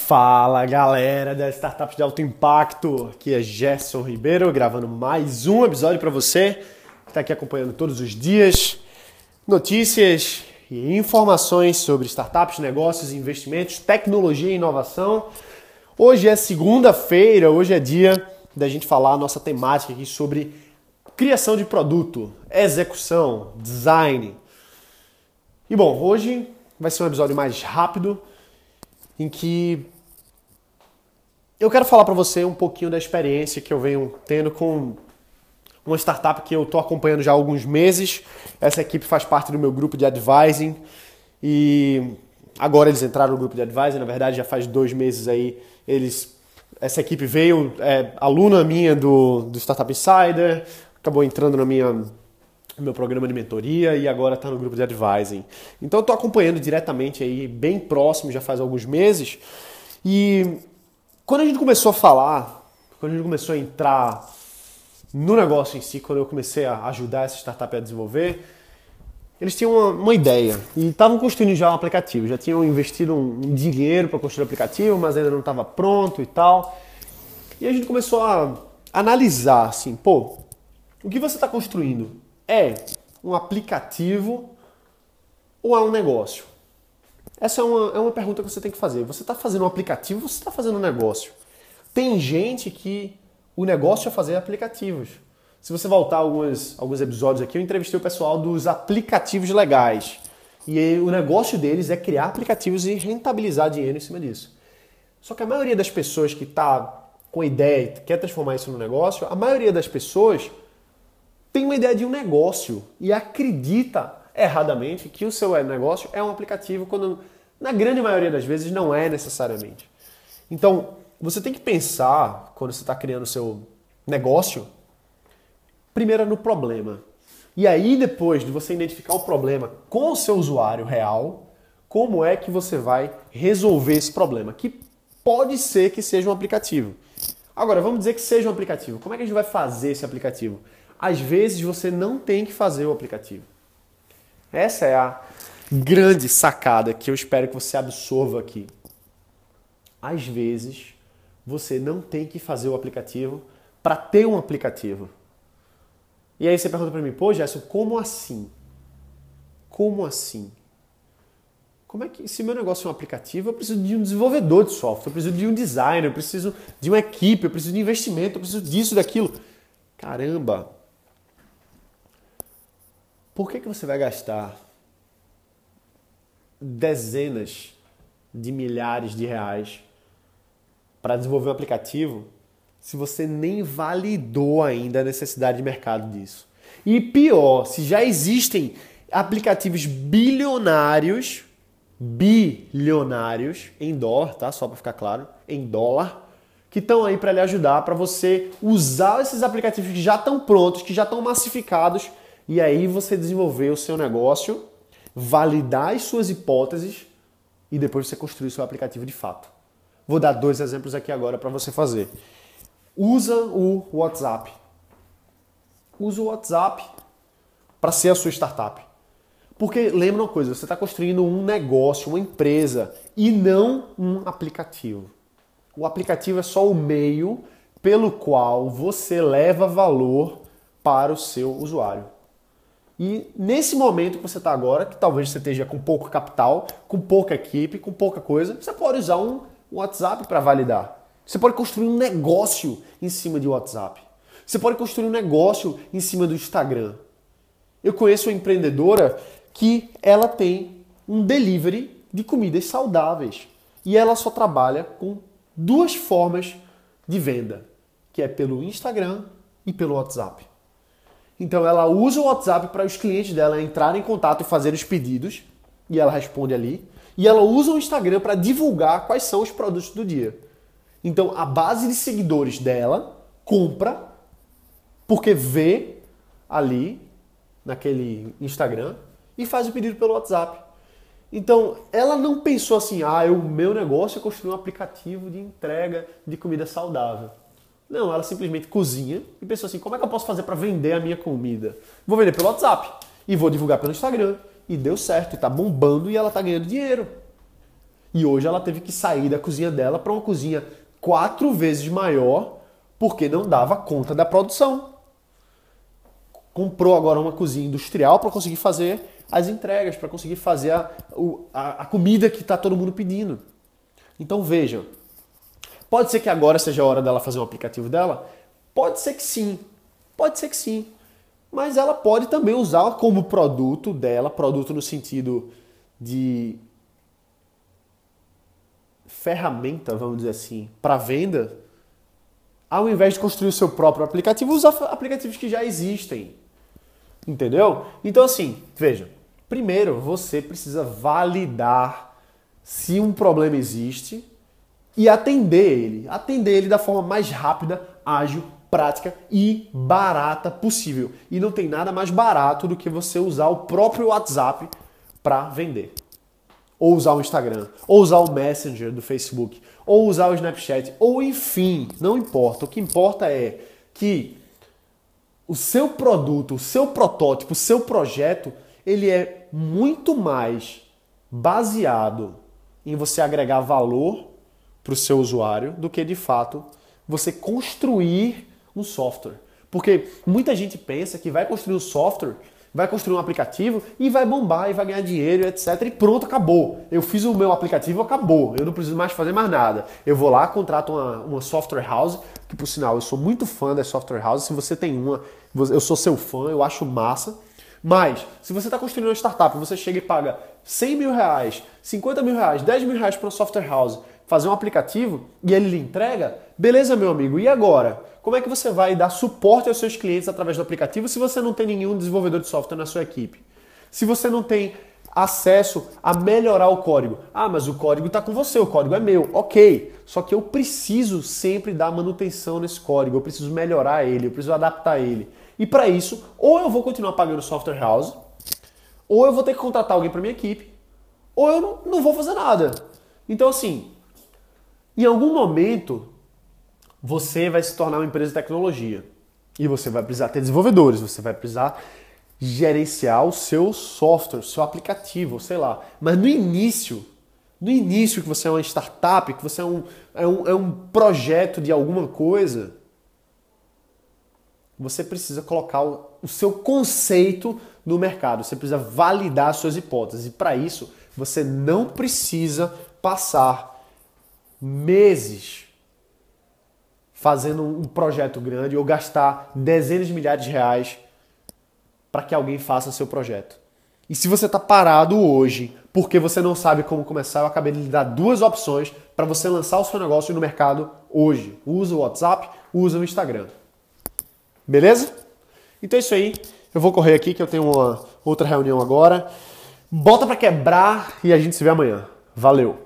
Fala galera das startups de alto impacto, aqui é Gerson Ribeiro gravando mais um episódio para você que está aqui acompanhando todos os dias notícias e informações sobre startups, negócios, investimentos, tecnologia e inovação. Hoje é segunda-feira, hoje é dia da gente falar a nossa temática aqui sobre criação de produto, execução, design. E bom, hoje vai ser um episódio mais rápido em que eu quero falar para você um pouquinho da experiência que eu venho tendo com uma startup que eu estou acompanhando já há alguns meses. Essa equipe faz parte do meu grupo de advising e agora eles entraram no grupo de advising, na verdade já faz 2 meses aí. Essa equipe veio, aluna minha do Startup Insider, acabou entrando no meu programa de mentoria e agora está no grupo de advising. Então eu estou acompanhando diretamente aí, bem próximo, já faz alguns meses. E quando a gente começou a falar, quando a gente começou a entrar no negócio em si, quando eu comecei a ajudar essa startup a desenvolver, eles tinham uma ideia e estavam construindo já um aplicativo, já tinham investido um dinheiro para construir o aplicativo, mas ainda não estava pronto e tal. E a gente começou a analisar assim, o que você está construindo? É um aplicativo ou é um negócio? Essa é uma pergunta que você tem que fazer. Você está fazendo um aplicativo ou você está fazendo um negócio? Tem gente que o negócio é fazer aplicativos. Se você voltar alguns episódios aqui, eu entrevistei o pessoal dos aplicativos legais. E aí, o negócio deles é criar aplicativos e rentabilizar dinheiro em cima disso. Só que a maioria das pessoas que está com a ideia e quer transformar isso no negócio, a maioria das pessoas tem uma ideia de um negócio e acredita erradamente que o seu negócio é um aplicativo, quando na grande maioria das vezes não é necessariamente. Então, você tem que pensar, quando você está criando o seu negócio, primeiro no problema. E aí, depois de você identificar o problema com o seu usuário real, como é que você vai resolver esse problema? Que pode ser que seja um aplicativo. Agora, vamos dizer que seja um aplicativo. Como é que a gente vai fazer esse aplicativo? Às vezes você não tem que fazer o aplicativo. Essa é a grande sacada que eu espero que você absorva aqui. Às vezes você não tem que fazer o aplicativo para ter um aplicativo. E aí você pergunta para mim, Gerson, como assim? Como assim? Como é que, se meu negócio é um aplicativo, eu preciso de um desenvolvedor de software, eu preciso de um designer, eu preciso de uma equipe, eu preciso de investimento, eu preciso disso, daquilo. Caramba! Por que você vai gastar dezenas de milhares de reais para desenvolver um aplicativo se você nem validou ainda a necessidade de mercado disso? E pior, se já existem aplicativos bilionários em dólar, tá? Só para ficar claro, em dólar, que estão aí para lhe ajudar, para você usar esses aplicativos que já estão prontos, que já estão massificados, e aí você desenvolver o seu negócio, validar as suas hipóteses e depois você construir o seu aplicativo de fato. Vou dar 2 exemplos aqui agora para você fazer. Usa o WhatsApp. Usa o WhatsApp para ser a sua startup. Porque lembra uma coisa, você está construindo um negócio, uma empresa e não um aplicativo. O aplicativo é só o meio pelo qual você leva valor para o seu usuário. E nesse momento que você está agora, que talvez você esteja com pouco capital, com pouca equipe, com pouca coisa, você pode usar um WhatsApp para validar. Você pode construir um negócio em cima de WhatsApp. Você pode construir um negócio em cima do Instagram. Eu conheço uma empreendedora que ela tem um delivery de comidas saudáveis. E ela só trabalha com 2 formas de venda, que é pelo Instagram e pelo WhatsApp. Então ela usa o WhatsApp para os clientes dela entrarem em contato e fazer os pedidos, e ela responde ali. E ela usa o Instagram para divulgar quais são os produtos do dia. Então a base de seguidores dela compra porque vê ali naquele Instagram e faz o pedido pelo WhatsApp. Então ela não pensou assim, o meu negócio é construir um aplicativo de entrega de comida saudável. Não, ela simplesmente cozinha e pensou assim, como é que eu posso fazer para vender a minha comida? Vou vender pelo WhatsApp e vou divulgar pelo Instagram. E deu certo, e está bombando e ela está ganhando dinheiro. E hoje ela teve que sair da cozinha dela para uma cozinha 4 vezes maior porque não dava conta da produção. Comprou agora uma cozinha industrial para conseguir fazer as entregas, para conseguir fazer a comida que está todo mundo pedindo. Então vejam, pode ser que agora seja a hora dela fazer um aplicativo dela? Pode ser que sim, mas ela pode também usar como produto dela, produto no sentido de ferramenta, vamos dizer assim, para venda, ao invés de construir o seu próprio aplicativo, usar aplicativos que já existem. Entendeu? Então assim, veja, primeiro você precisa validar se um problema existe e atender ele da forma mais rápida, ágil, prática e barata possível. E não tem nada mais barato do que você usar o próprio WhatsApp para vender. Ou usar o Instagram, ou usar o Messenger do Facebook, ou usar o Snapchat, ou enfim, não importa. O que importa é que o seu produto, o seu protótipo, o seu projeto, ele é muito mais baseado em você agregar valor para o seu usuário do que, de fato, você construir um software. Porque muita gente pensa que vai construir um software, vai construir um aplicativo e vai bombar e vai ganhar dinheiro, etc. E pronto, acabou. Eu fiz o meu aplicativo, acabou. Eu não preciso mais fazer mais nada. Eu vou lá, contrato uma software house, que por sinal eu sou muito fã das software houses. Se você tem uma, eu sou seu fã, eu acho massa. Mas, se você está construindo uma startup, você chega e paga 100 mil reais, 50 mil reais, 10 mil reais para uma software house fazer um aplicativo e ele lhe entrega, beleza, meu amigo, e agora? Como é que você vai dar suporte aos seus clientes através do aplicativo se você não tem nenhum desenvolvedor de software na sua equipe? Se você não tem acesso a melhorar o código. Ah, mas o código está com você, o código é meu. Ok, só que eu preciso sempre dar manutenção nesse código, eu preciso melhorar ele, eu preciso adaptar ele. E para isso, ou eu vou continuar pagando software house, ou eu vou ter que contratar alguém para minha equipe, ou eu não vou fazer nada. Então assim, em algum momento, você vai se tornar uma empresa de tecnologia. E você vai precisar ter desenvolvedores, você vai precisar gerenciar o seu software, o seu aplicativo, sei lá. Mas no início que você é uma startup, que você é um projeto de alguma coisa, você precisa colocar o seu conceito no mercado. Você precisa validar as suas hipóteses. E para isso, você não precisa passar meses fazendo um projeto grande ou gastar dezenas de milhares de reais para que alguém faça seu projeto. E se você está parado hoje porque você não sabe como começar, eu acabei de lhe dar 2 opções para você lançar o seu negócio no mercado hoje. Usa o WhatsApp, usa o Instagram. Beleza? Então é isso aí. Eu vou correr aqui que eu tenho uma outra reunião agora. Bota para quebrar e a gente se vê amanhã. Valeu!